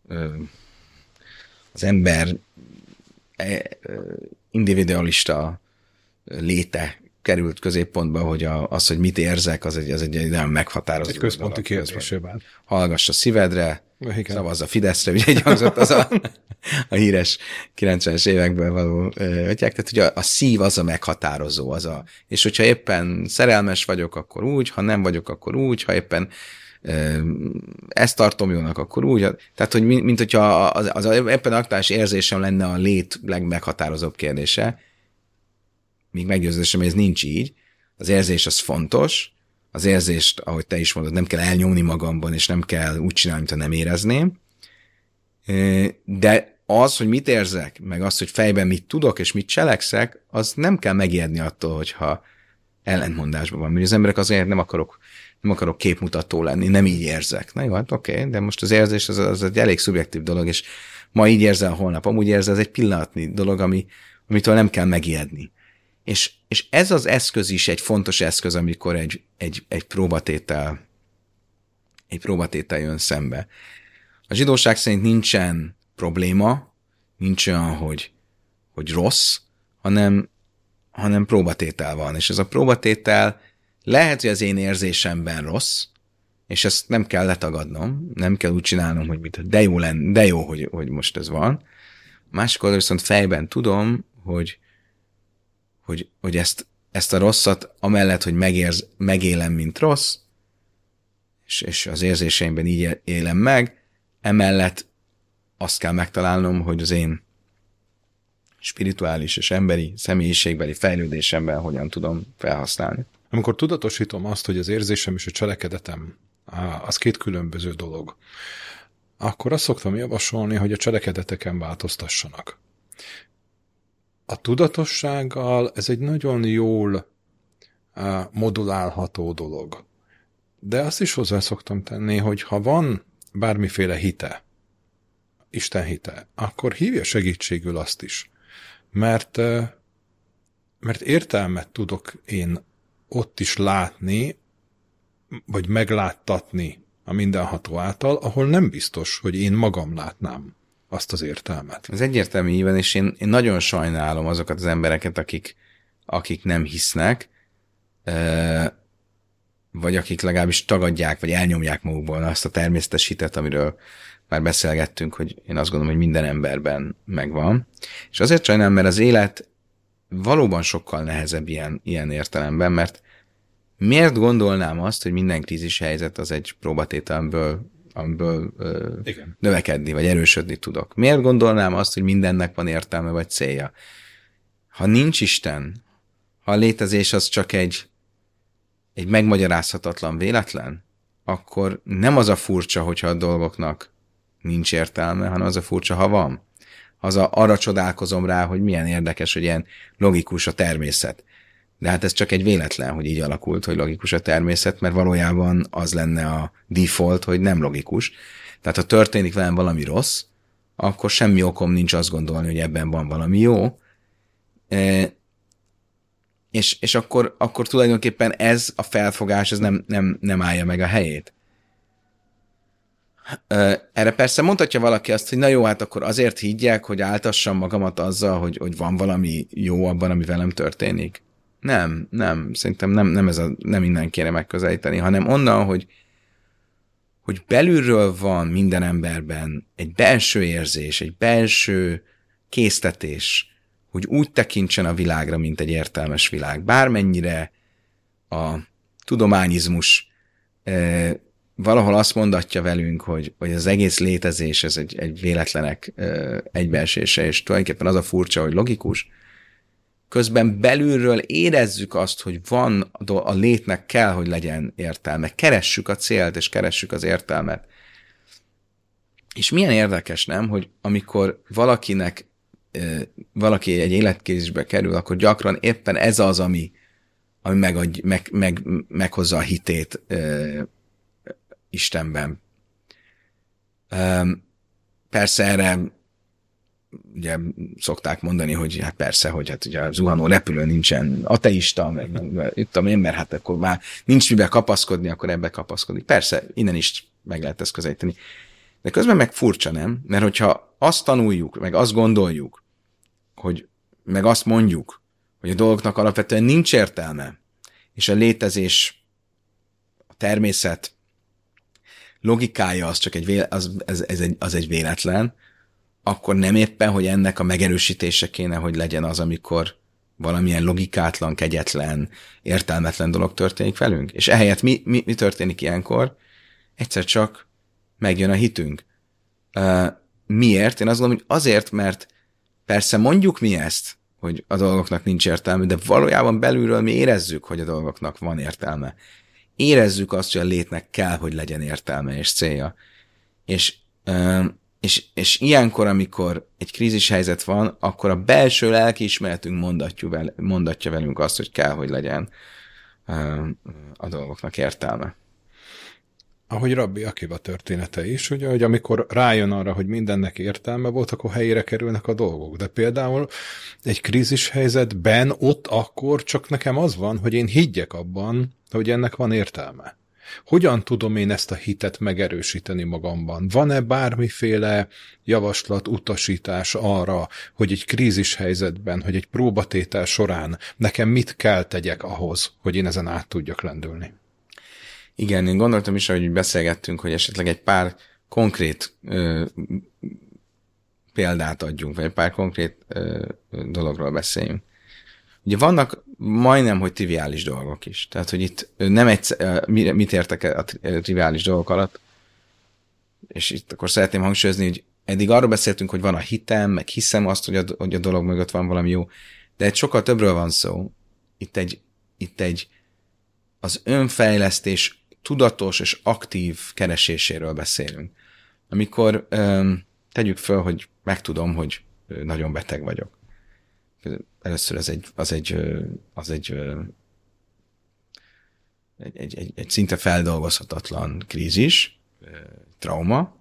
az ember individualista léte került középpontba, hogy az, hogy mit érzek, az egy nagyon meghatározó. Egy központi kérdésé vált. Hallgass a szívedre, szavazz a Fideszre, ugye egy hangzott az a híres 90-es évekből való ötják, tehát ugye a szív az a meghatározó, és hogyha éppen szerelmes vagyok, akkor úgy, ha nem vagyok, akkor úgy, ha éppen ezt tartom jónak, akkor úgy, tehát hogy mint hogyha az éppen aktuális érzésem lenne a lét legmeghatározóbb kérdése, míg meggyőződésem, hogy ez nincs így, az érzés az fontos, az érzést, ahogy te is mondod, nem kell elnyomni magamban, és nem kell úgy csinálni, mintha nem érezném, de az, hogy mit érzek, meg az, hogy fejben mit tudok, és mit cselekszek, az nem kell megijedni attól, hogyha ellentmondásban van. Mert az emberek azért nem akarok képmutató lenni, nem így érzek. Na jó, hát oké, de most az érzés az egy elég szubjektív dolog, és ma így érzel, holnap amúgy érzel, ez egy pillanatnyi dolog, amitől nem kell megijedni. És ez az eszköz is egy fontos eszköz, amikor egy próbatétel jön szembe. A zsidóság szerint nincsen probléma, nincs olyan, hogy rossz, hanem próbatétel van. És ez a próbatétel lehet, hogy az én érzésemben rossz, és ezt nem kell letagadnom, nem kell úgy csinálnom, hogy de jó, hogy most ez van. A másik oldalon viszont fejben tudom, hogy ezt a rosszat, amellett, hogy megélem, mint rossz, és az érzéseimben így élem meg, emellett azt kell megtalálnom, hogy az én spirituális és emberi, személyiségbeli fejlődésemben hogyan tudom felhasználni. Amikor tudatosítom azt, hogy az érzésem és a cselekedetem az két különböző dolog, akkor azt szoktam javasolni, hogy a cselekedeteken változtassanak. A tudatossággal ez egy nagyon jól modulálható dolog. De azt is hozzá szoktam tenni, hogy ha van bármiféle hite, Isten hite, akkor hívja segítségül azt is. Mert értelmet tudok én ott is látni, vagy megláttatni a mindenható által, ahol nem biztos, hogy én magam látnám azt az értelmet. Ez egyértelmű íven, és én nagyon sajnálom azokat az embereket, akik nem hisznek, vagy akik legalábbis tagadják, vagy elnyomják magukból azt a természetes hitet, amiről már beszélgettünk, hogy én azt gondolom, hogy minden emberben megvan. És azért sajnálom, mert az élet valóban sokkal nehezebb ilyen értelemben, mert miért gondolnám azt, hogy minden krízis helyzet az egy próbatétel, amiből növekedni, vagy erősödni tudok? Miért gondolnám azt, hogy mindennek van értelme, vagy célja? Ha nincs Isten, ha a létezés az csak egy megmagyarázhatatlan véletlen, akkor nem az a furcsa, hogyha a dolgoknak nincs értelme, hanem az a furcsa, ha van. Arra csodálkozom rá, hogy milyen érdekes, hogy ilyen logikus a természet. De hát ez csak egy véletlen, hogy így alakult, hogy logikus a természet, mert valójában az lenne a default, hogy nem logikus. Tehát ha történik velem valami rossz, akkor semmi okom nincs azt gondolni, hogy ebben van valami jó. És akkor tulajdonképpen ez a felfogás, ez nem állja meg a helyét. Erre persze mondhatja valaki azt, hogy na jó, hát akkor azért higgyek, hogy áltassam magamat azzal, hogy van valami jó abban, ami velem történik. Nem, szerintem nem innen kéne megközelíteni, hanem onnan, hogy hogy belülről van minden emberben egy belső érzés, egy belső késztetés, hogy úgy tekintsen a világra, mint egy értelmes világ. Bármennyire a tudományizmus valahol azt mondatja velünk, hogy az egész létezés ez egy véletlenek egybeesése, és tulajdonképpen az a furcsa, hogy logikus, közben belülről érezzük azt, hogy van a létnek kell, hogy legyen értelme. Keressük a célt, és keressük az értelmet. És milyen érdekes, nem, hogy amikor valaki egy életkrízisbe kerül, akkor gyakran éppen ez az, ami meghozza a hitét Istenben. Persze erre ugye szokták mondani, hogy hát persze, hogy hát ugye a zuhanó repülő nincsen ateista, meg tudom én, mert hát akkor már nincs mibe kapaszkodni, akkor ebbe kapaszkodik. Persze, innen is meg lehet ezt közelíteni. De közben meg furcsa, nem? Mert hogyha azt tanuljuk, meg azt gondoljuk, meg azt mondjuk, hogy a dolgoknak alapvetően nincs értelme, és a létezés, a természet logikája az csak egy véletlen, akkor nem éppen, hogy ennek a megerősítése kéne, hogy legyen az, amikor valamilyen logikátlan, kegyetlen, értelmetlen dolog történik velünk. És ehelyett mi történik ilyenkor? Egyszer csak megjön a hitünk. Miért? Én azt gondolom, hogy azért, mert persze mondjuk mi ezt, hogy a dolgoknak nincs értelme, de valójában belülről mi érezzük, hogy a dolgoknak van értelme. Érezzük azt, hogy a létnek kell, hogy legyen értelme és célja. És ilyenkor, amikor egy krízishelyzet van, akkor a belső lelkiismeretünk mondatja velünk azt, hogy kell, hogy legyen a dolgoknak értelme. Ahogy Rabbi Akiva története is, ugye, hogy amikor rájön arra, hogy mindennek értelme volt, akkor helyére kerülnek a dolgok. De például egy krízishelyzetben ott akkor csak nekem az van, hogy én higgyek abban, hogy ennek van értelme. Hogyan tudom én ezt a hitet megerősíteni magamban? Van-e bármiféle javaslat, utasítás arra, hogy egy krízishelyzetben, hogy egy próbatétel során nekem mit kell tegyek ahhoz, hogy én ezen át tudjak lendülni? Igen, én gondoltam is, hogy beszélgettünk, hogy esetleg egy pár konkrét példát adjunk, vagy egy pár konkrét dologról beszéljünk. Ugye vannak majdnem, hogy triviális dolgok is. Tehát, hogy itt nem mit értek a triviális dolgok alatt, és itt akkor szeretném hangsúlyozni, hogy eddig arról beszéltünk, hogy van a hitem, meg hiszem azt, hogy a dolog mögött van valami jó, de egy sokkal többről van szó. Itt egy az önfejlesztés tudatos és aktív kereséséről beszélünk. Amikor tegyük föl, hogy megtudom, hogy nagyon beteg vagyok. Először az egy szinte feldolgozhatatlan krízis, trauma,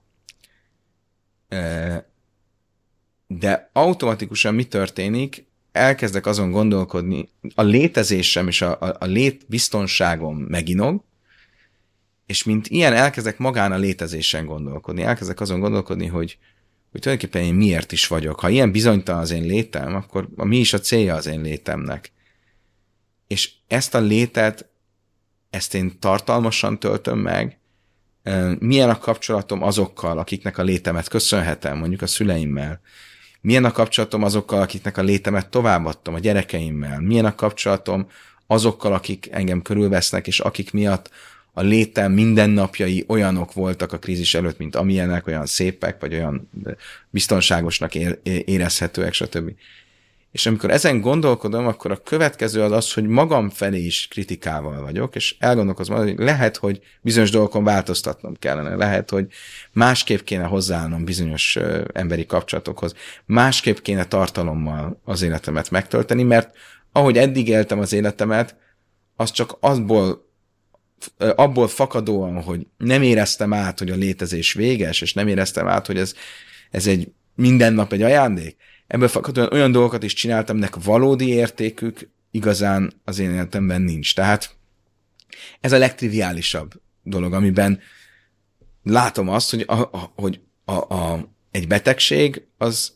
de automatikusan mi történik? Elkezdek azon gondolkodni, a létezésem és a létbiztonságom meginog, és mint ilyen elkezdek magán a létezésen gondolkodni. Elkezdek azon gondolkodni, hogy tulajdonképpen én miért is vagyok. Ha ilyen bizonytalan az én létem, akkor mi is a célja az én létemnek. És ezt a létet, ezt én tartalmasan töltöm meg, milyen a kapcsolatom azokkal, akiknek a létemet köszönhetem, mondjuk a szüleimmel, milyen a kapcsolatom azokkal, akiknek a létemet továbbadtam, a gyerekeimmel, milyen a kapcsolatom azokkal, akik engem körülvesznek, és akik miatt a létem mindennapjai olyanok voltak a krízis előtt, mint amilyenek, olyan szépek, vagy olyan biztonságosnak érezhetőek, stb. És amikor ezen gondolkodom, akkor a következő az, hogy magam felé is kritikával vagyok, és elgondolkozom, hogy lehet, hogy bizonyos dolgokon változtatnom kellene, lehet, hogy másképp kéne hozzáállnom bizonyos emberi kapcsolatokhoz, másképp kéne tartalommal az életemet megtölteni, mert ahogy eddig éltem az életemet, az csak abból fakadóan, hogy nem éreztem át, hogy a létezés véges, és nem éreztem át, hogy ez egy minden nap egy ajándék. Ebből fakadóan olyan dolgokat is csináltam, nek valódi értékük igazán az én életemben nincs. Tehát ez a legtriviálisabb dolog, amiben látom azt, hogy egy betegség az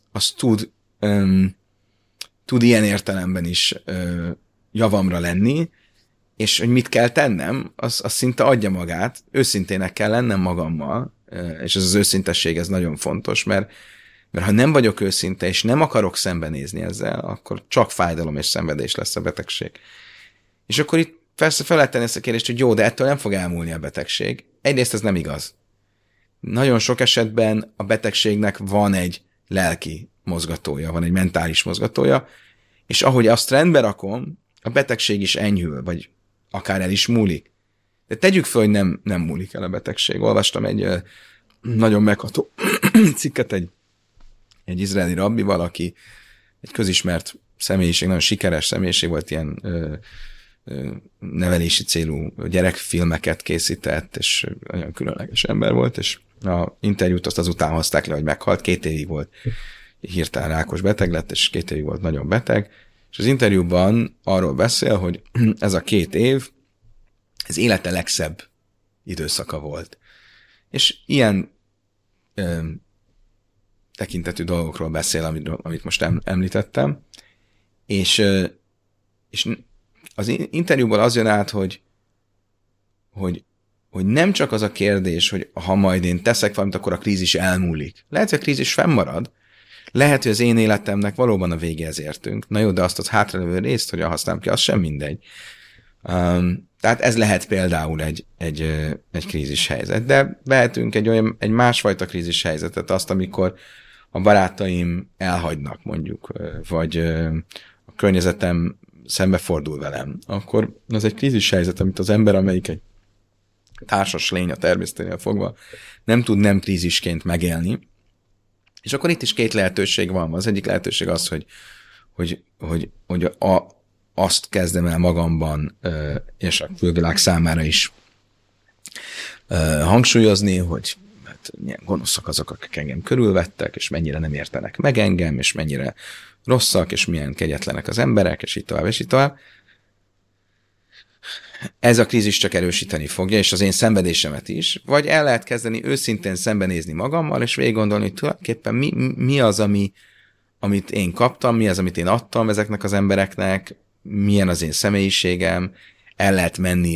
tud ilyen értelemben is javamra lenni, és hogy mit kell tennem, az szinte adja magát, őszintének kell lennem magammal, és ez az őszintesség, ez nagyon fontos, mert ha nem vagyok őszinte, és nem akarok szembenézni ezzel, akkor csak fájdalom és szenvedés lesz a betegség. És akkor itt persze fel lehet tenni ezt a kérdést, hogy jó, de ettől nem fog elmúlni a betegség. Egyrészt ez nem igaz. Nagyon sok esetben a betegségnek van egy lelki mozgatója, van egy mentális mozgatója, és ahogy azt rendbe rakom, a betegség is enyhül, vagy akár el is múlik. De tegyük fel, hogy nem múlik el a betegség. Olvastam egy nagyon megható cikket egy izraeli rabbival, aki egy közismert személyiség, nagyon sikeres személyiség volt, ilyen nevelési célú gyerekfilmeket készített, és nagyon különleges ember volt, és a interjút azt azután hozták le, hogy meghalt, 2 évig volt hirtelen rákos beteg lett, és 2 évig volt nagyon beteg, és az interjúban arról beszél, hogy ez a 2 év, ez élete legszebb időszaka volt. És ilyen tekintetű dolgokról beszél, amit most említettem, és az interjúból az jön át, hogy nem csak az a kérdés, hogy ha majd én teszek valamit, akkor a krízis elmúlik. Lehet, hogy a krízis fennmarad, lehet, hogy az én életemnek valóban a végéhez értünk. Na jó, de azt az hátralevő részt, hogy használom ki, az sem mindegy. Tehát ez lehet például egy krízis helyzet. De vehetünk egy másfajta krízis helyzetet, azt, amikor a barátaim elhagynak mondjuk, vagy a környezetem szembefordul velem, akkor az egy krízis helyzet, amit az ember, amelyik egy társas lény a természeténél fogva, nem tud nem krízisként megélni. És akkor itt is 2 lehetőség van. Az egyik lehetőség az, hogy azt kezdem el magamban, és a külvilág számára is hangsúlyozni, hogy hát, milyen gonoszak azok, akik engem körülvettek, és mennyire nem értenek meg engem, és mennyire rosszak, és milyen kegyetlenek az emberek, és így tovább, és így tovább. Ez a krízis csak erősíteni fogja, és az én szenvedésemet is, vagy el lehet kezdeni őszintén szembenézni magammal, és végig gondolni, hogy tulajdonképpen mi az, amit én kaptam, mi az, amit én adtam ezeknek az embereknek, milyen az én személyiségem, el lehet menni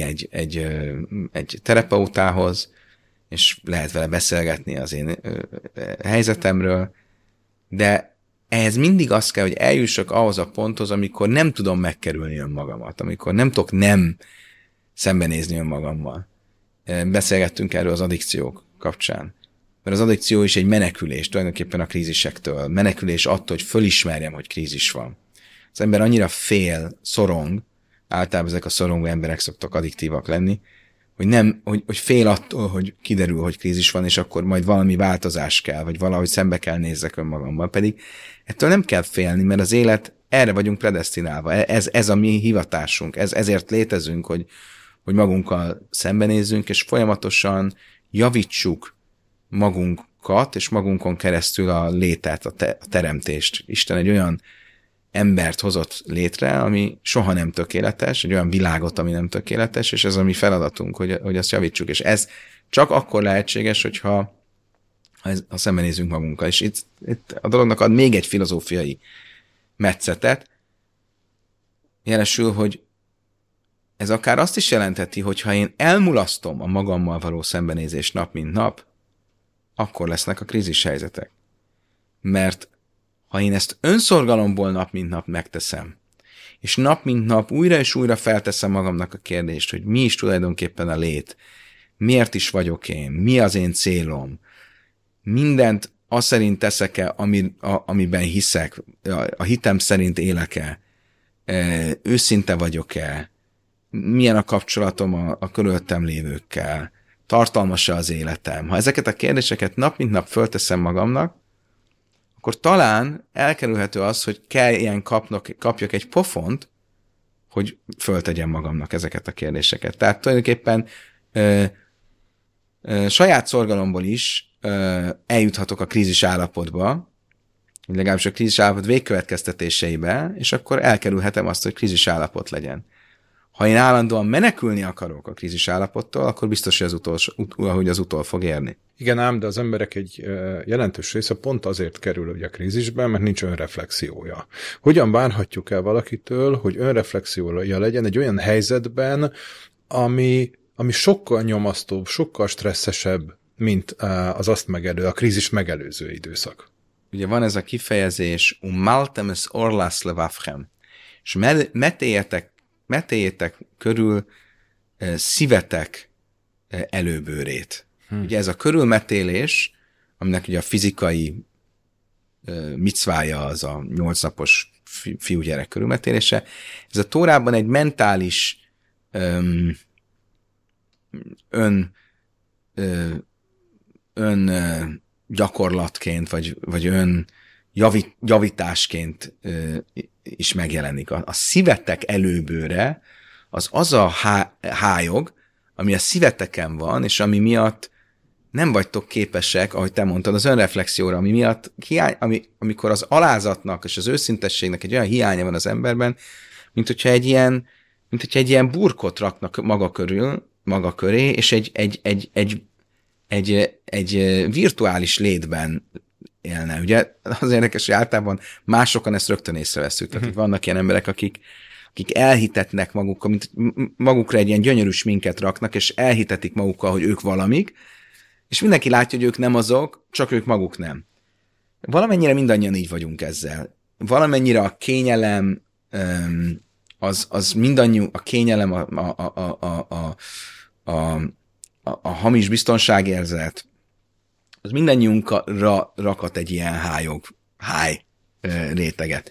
egy terapeutához, és lehet vele beszélgetni az én helyzetemről, de ehhez mindig az kell, hogy eljussak ahhoz a ponthoz, amikor nem tudom megkerülni önmagamat, amikor nem tudok nem szembenézni önmagammal. Beszélgettünk erről az addikciók kapcsán. Mert az addikció is egy menekülés tulajdonképpen a krízisektől. Menekülés attól, hogy fölismerjem, hogy krízis van. Az ember annyira szorong, általában ezek a szorongó emberek szoktak addiktívak lenni, hogy fél attól, hogy kiderül, hogy krízis van, és akkor majd valami változás kell, vagy valahogy szembe kell nézzek önmagammal. Pedig ettől nem kell félni, mert az élet, erre vagyunk predesztinálva. Ez a mi hivatásunk. Ezért létezünk, hogy magunkkal szembenézzünk, és folyamatosan javítsuk magunkat, és magunkon keresztül a létet, a teremtést. Isten egy olyan embert hozott létre, ami soha nem tökéletes, egy olyan világot, ami nem tökéletes, és ez a mi feladatunk, hogy azt javítsuk. És ez csak akkor lehetséges, ha szembenézünk magunkkal. És itt a dolognak ad még egy filozófiai metszetet, jelesül, hogy ez akár azt is jelentheti, hogy ha én elmulasztom a magammal való szembenézést nap mint nap, akkor lesznek a krízis helyzetek. Mert ha én ezt önszorgalomból nap mint nap megteszem, és nap mint nap újra és újra felteszem magamnak a kérdést, hogy mi is tulajdonképpen a lét, miért is vagyok én, mi az én célom, mindent azt szerint teszek-e, amiben hiszek, a hitem szerint élek-e, őszinte vagyok-e, milyen a kapcsolatom a körülöttem lévőkkel, tartalmas-e az életem. Ha ezeket a kérdéseket nap mint nap fölteszem magamnak, akkor talán elkerülhető az, hogy kelljen kapjak egy pofont, hogy föltegyem magamnak ezeket a kérdéseket. Tehát tulajdonképpen saját szorgalomból is eljuthatok a krízis állapotba, legalábbis a krízis állapot végkövetkeztetéseibe, és akkor elkerülhetem azt, hogy krízis állapot legyen. Ha én állandóan menekülni akarok a krízis állapottól, akkor biztos, hogy az utol fog érni. Igen ám, de az emberek egy jelentős része pont azért kerül ugye a krízisbe, mert nincs önreflexiója. Hogyan várhatjuk el valakitől, hogy önreflexiója legyen egy olyan helyzetben, ami sokkal nyomasztóbb, sokkal stresszesebb, mint a krízis megelőző időszak. Ugye van ez a kifejezés, maltem es orlas levavchem, és metéljétek körül szívetek előbőrét. Ugye ez a körülmetélés, aminek ugye a fizikai micvája az a 8 napos fiúgyerek körülmetélése, ez a Tórában egy mentális gyakorlatként, vagy javításként is megjelenik. A szívetek előbőre az a hályog, ami a szíveteken van, és ami miatt nem vagytok képesek, ahogy te mondtad, az önreflexióra, ami miatt amikor az alázatnak és az őszintességnek egy olyan hiánya van az emberben, mint hogyha egy ilyen burkot raknak maga köré, és egy virtuális létben élne. Ugye az érdekes, hogy általában másokon ezt rögtön észreveszünk. Tehát vannak ilyen emberek, akik elhitetnek magukkal, mint magukra egy ilyen gyönyörű sminket raknak, és elhitetik magukkal, hogy ők valamik, és mindenki látja, hogy ők nem azok, csak ők maguk nem. Valamennyire mindannyian így vagyunk ezzel. Valamennyire a kényelem, az mindannyiunk, a kényelem, a hamis biztonságérzet, az mindannyiunkra rakat egy ilyen háj réteget.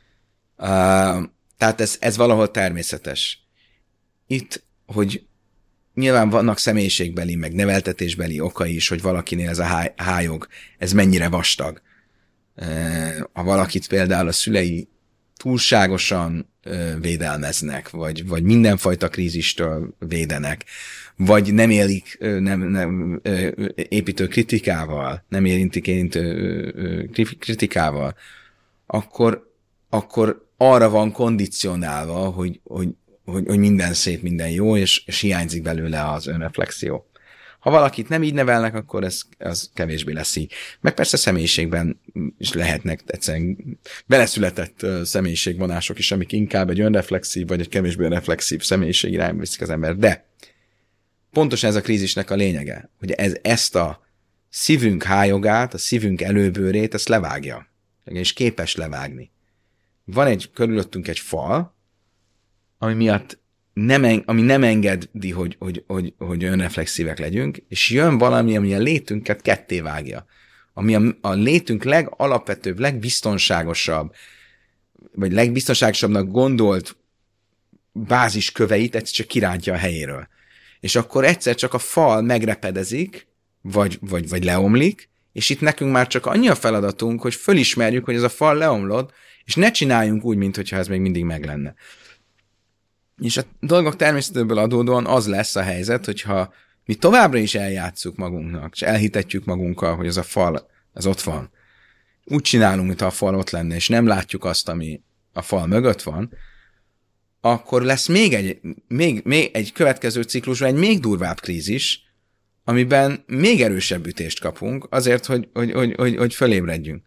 Tehát ez valahol természetes. Itt, hogy nyilván vannak személyiségbeli, meg neveltetésbeli okai is, hogy valakinél ez a hályog, ez mennyire vastag. Ha valakit például a szülei túlságosan védelmeznek, vagy mindenfajta krízistől védenek, vagy nem élik nem építő kritikával, nem érintik kritikával, akkor arra van kondicionálva, hogy minden szép, minden jó, és hiányzik belőle az önreflexió. Ha valakit nem így nevelnek, akkor ez kevésbé lesz így. Meg persze személyiségben is lehetnek egyszerűen beleszületett személyiségvonások is, amik inkább egy önreflexív, vagy egy kevésbé önreflexív személyiség irányba viszik az ember. De pontosan ez a krízisnek a lényege, hogy ezt a szívünk hájogát, a szívünk előbőrét, ezt levágja. És képes levágni. Van körülöttünk egy fal, ami miatt ami nem engedi, hogy önreflexívek legyünk, és jön valami, ami a létünket ketté vágja. Ami a létünk legalapvetőbb, legbiztonságosabb, vagy legbiztonságosabbnak gondolt bázisköveit egyszer csak kirántja a helyéről. És akkor egyszer csak a fal megrepedezik, vagy leomlik, és itt nekünk már csak annyi a feladatunk, hogy fölismerjük, hogy ez a fal leomlott, és ne csináljunk úgy, mintha ez még mindig meg lenne. És a dolgok természetéből adódóan az lesz a helyzet, hogyha mi továbbra is eljátszuk magunknak, és elhitetjük magunkkal, hogy ez a fal, ez ott van. Úgy csinálunk, mintha a fal ott lenne, és nem látjuk azt, ami a fal mögött van, akkor lesz még egy következő ciklusban egy még durvább krízis, amiben még erősebb ütést kapunk, azért, hogy fölébredjünk.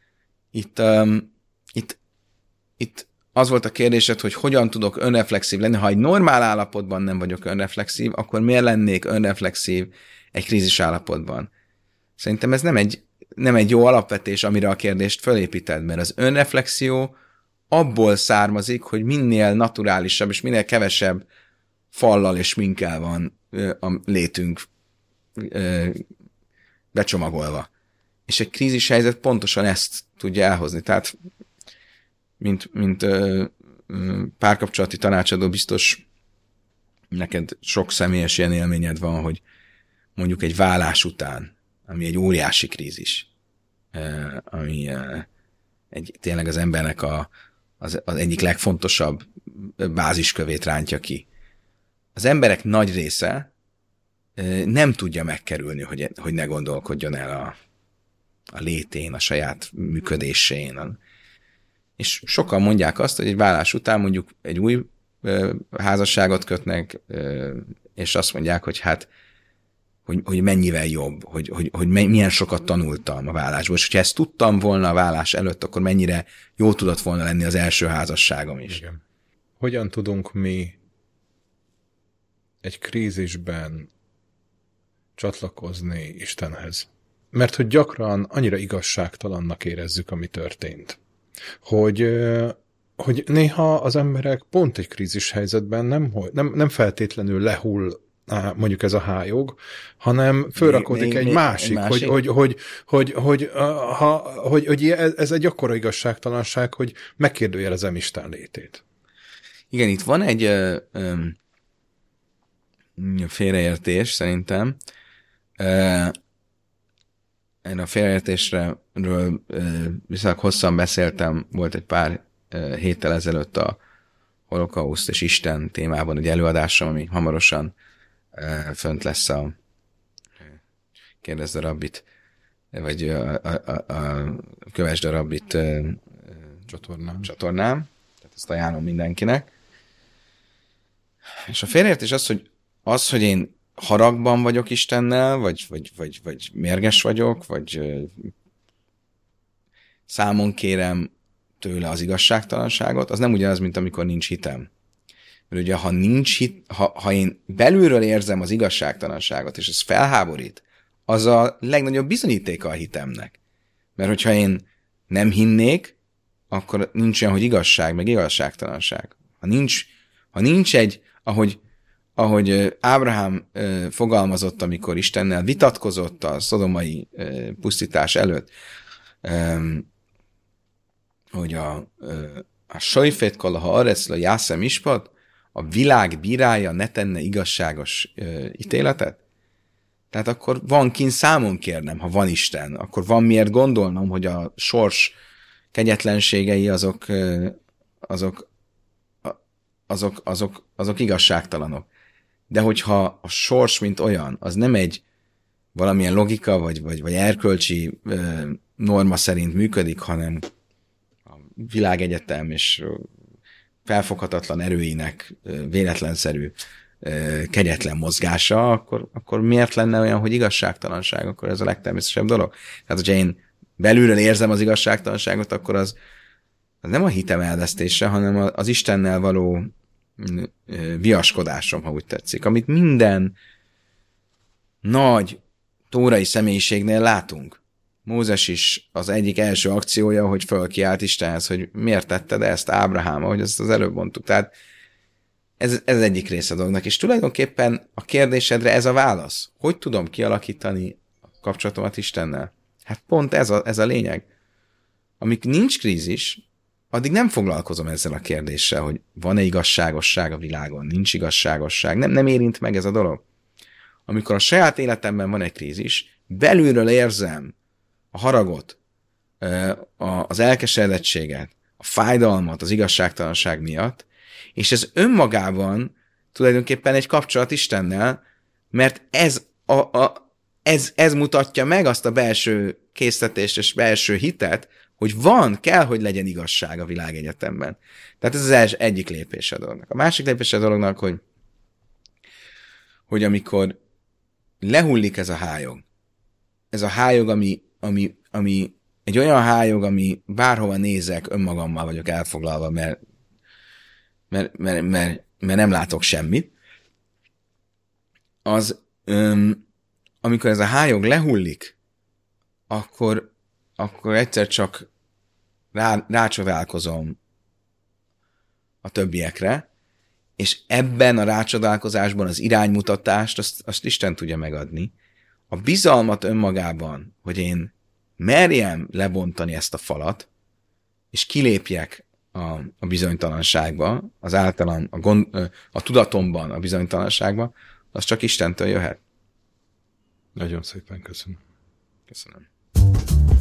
Itt az volt a kérdésed, hogy hogyan tudok önreflexív lenni. Ha egy normál állapotban nem vagyok önreflexív, akkor miért lennék önreflexív egy krízis állapotban? Szerintem ez nem egy jó alapvetés, amire a kérdést fölépíted, mert az önreflexió abból származik, hogy minél naturálisabb és minél kevesebb fallal és minkkel van a létünk becsomagolva. És egy krízis helyzet pontosan ezt tudja elhozni. Tehát mint párkapcsolati tanácsadó biztos neked sok személyes ilyen élményed van, hogy mondjuk egy válás után, ami egy óriási krízis, ami tényleg az embernek az egyik legfontosabb báziskövét rántja ki. Az emberek nagy része nem tudja megkerülni, hogy ne gondolkodjon el a létén, a saját működésén. És sokan mondják azt, hogy egy válás után mondjuk egy új házasságot kötnek, és azt mondják, hogy hát, hogy mennyivel jobb, hogy milyen sokat tanultam a vállásból, és hogyha ezt tudtam volna a vállás előtt, akkor mennyire jó tudott volna lenni az első házasságom is. Igen. Hogyan tudunk mi egy krízisben csatlakozni Istenhez? Mert hogy gyakran annyira igazságtalannak érezzük, ami történt. Hogy néha az emberek pont egy krízis helyzetben nem feltétlenül lehull mondjuk ez a hályog, hanem fölrakodik egy másik. Hogy ez egy akkora igazságtalanság, hogy megkérdőjelezem Isten létét. Igen, itt van egy félreértés szerintem. Én a félreértésről viszonylag hosszan beszéltem, volt egy pár héttel ezelőtt a holokauszt és Isten témában egy előadásom, ami hamarosan fönt lesz a Kérdezd a rabbit, vagy a Kövesd a rabbit csatornám. Tehát ezt ajánlom mindenkinek. És a félreértés az, hogy én haragban vagyok Istennel, vagy mérges vagyok, vagy számon kérem tőle az igazságtalanságot, az nem ugyanaz, mint amikor nincs hitem. Mert ugye, ha én belülről érzem az igazságtalanságot, és ez felháborít, az a legnagyobb bizonyítéka a hitemnek. Mert hogyha én nem hinnék, akkor nincs olyan, hogy igazság, meg igazságtalanság. Ha nincs egy, ahogy Ábrahám fogalmazott, amikor Istennel vitatkozott a szodomai pusztítás előtt, hogy a Sojfét kalaha arecla jászem ispad, a világ bírája ne tenne igazságos ítéletet? Tehát akkor van kin számon kérnem, ha van Isten, akkor van miért gondolnom, hogy a sors kegyetlenségei azok igazságtalanok. De hogyha a sors, mint olyan, az nem egy valamilyen logika, vagy erkölcsi norma szerint működik, hanem a világegyetem és felfoghatatlan erőinek véletlenszerű kegyetlen mozgása, akkor miért lenne olyan, hogy igazságtalanság? Akkor ez a legtermészetesebb dolog. Tehát, hogyha én belülről érzem az igazságtalanságot, akkor az nem a hitem elvesztése, hanem az Istennel való viaskodásom, ha úgy tetszik, amit minden nagy tórai személyiségnél látunk. Mózes is az egyik első akciója, hogy fölkiált Istenhez, hogy miért tetted ezt Ábrahám, ahogy ezt az előbb mondtuk. Tehát ez egyik része a dolognak. És tulajdonképpen a kérdésedre ez a válasz. Hogy tudom kialakítani a kapcsolatomat Istennel? Hát pont ez a lényeg. Amíg nincs krízis, addig nem foglalkozom ezzel a kérdéssel, hogy van-e igazságosság a világon, nincs igazságosság. Nem érint meg ez a dolog. Amikor a saját életemben van egy krízis, belülről érzem a haragot, az elkeseredettséget, a fájdalmat az igazságtalanság miatt, és ez önmagában tulajdonképpen egy kapcsolat Istennel, mert ez mutatja meg azt a belső késztetést és belső hitet, hogy kell, hogy legyen igazság a világegyetemben. Tehát ez az egyik lépése a dolognak. A másik lépése a dolognak, hogy amikor lehullik ez a hályog, ami egy olyan hályog, ami bárhova nézek, önmagammal vagyok elfoglalva, mert nem látok semmit, amikor ez a hályog lehullik, akkor egyszer csak rácsodálkozom a többiekre, és ebben a rácsodálkozásban az iránymutatást azt Isten tudja megadni. A bizalmat önmagában, hogy én merjem lebontani ezt a falat, és kilépjek a bizonytalanságba, az általam, a tudatomban a bizonytalanságba, az csak Istentől jöhet. Nagyon szépen köszönöm. Köszönöm.